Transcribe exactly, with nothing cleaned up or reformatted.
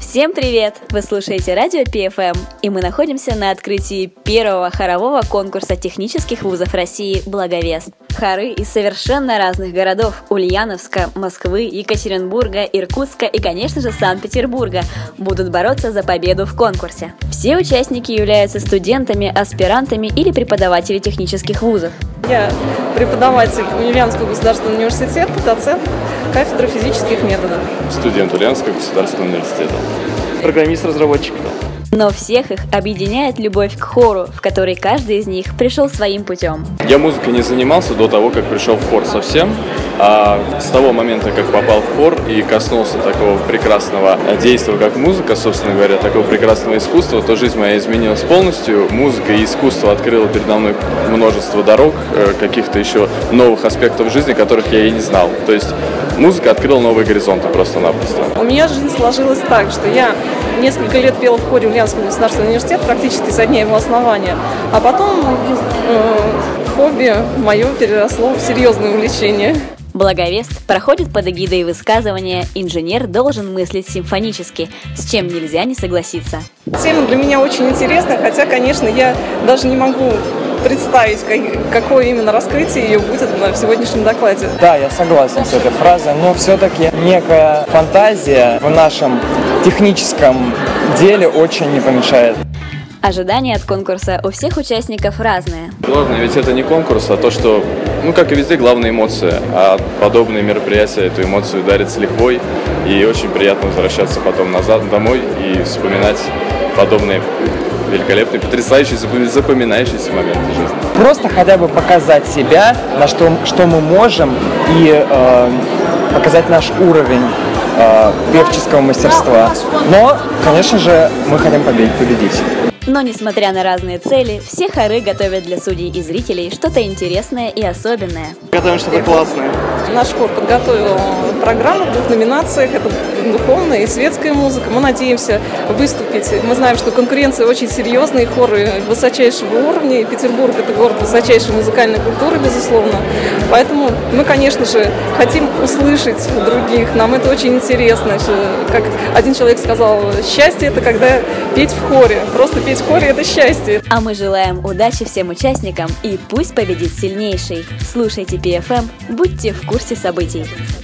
Всем привет! Вы слушаете радио пи эф эм, и мы находимся на открытии первого хорового конкурса технических вузов России «Благовест». Хоры из совершенно разных городов – Ульяновска, Москвы, Екатеринбурга, Иркутска и, конечно же, Санкт-Петербурга – будут бороться за победу в конкурсе. Все участники являются студентами, аспирантами или преподаватели технических вузов. Я преподаватель Ульяновского государственного университета, доцент кафедры физических методов. Студент Ульяновского государственного университета. Программист-разработчик. Но всех их объединяет любовь к хору, в которой каждый из них пришел своим путем. Я музыкой не занимался до того, как пришел в хор совсем, а с того момента, как попал в хор и коснулся такого прекрасного действия, как музыка, собственно говоря, такого прекрасного искусства, то жизнь моя изменилась полностью. Музыка и искусство открыло передо мной множество дорог, каких-то еще новых аспектов жизни, которых я и не знал. То есть музыка открыла новые горизонты просто-напросто. У меня жизнь сложилась так, что я несколько лет пела в хоре Ульяновского государственного университета практически со дня его основания, а потом э, хобби мое переросло в серьезное увлечение. Благовест проходит под эгидой высказывания «Инженер должен мыслить симфонически», с чем нельзя не согласиться. Тема для меня очень интересная, хотя, конечно, я даже не могу представить, какое именно раскрытие ее будет в сегодняшнем докладе. Да, я согласен с этой фразой, но все-таки некая фантазия в нашем техническом деле очень не помешает. Ожидания от конкурса у всех участников разные. Главное ведь это не конкурс, а то, что, ну как и везде, главная эмоция. А подобные мероприятия эту эмоцию дарят с лихвой. И очень приятно возвращаться потом назад домой и вспоминать подобные великолепные, потрясающие, запоминающиеся моменты жизни. Просто хотя бы показать себя, на что, что мы можем, и э, показать наш уровень э, певческого мастерства. Но, конечно же, мы хотим победить. Но, несмотря на разные цели, все хоры готовят для судей и зрителей что-то интересное и особенное. Готовим что-то классное. Наш хор подготовил программу в двух номинациях. Это духовная и светская музыка. Мы надеемся выступить. Мы знаем, что конкуренция очень серьезная, и хоры высочайшего уровня. И Петербург – это город высочайшей музыкальной культуры, безусловно. Поэтому мы, конечно же, хотим услышать других. Нам это очень интересно. Как один человек сказал, счастье – это когда петь в хоре. Просто петь в хоре – это счастье. А мы желаем удачи всем участникам, и пусть победит сильнейший. Слушайте пи эф эм, будьте в курсе событий.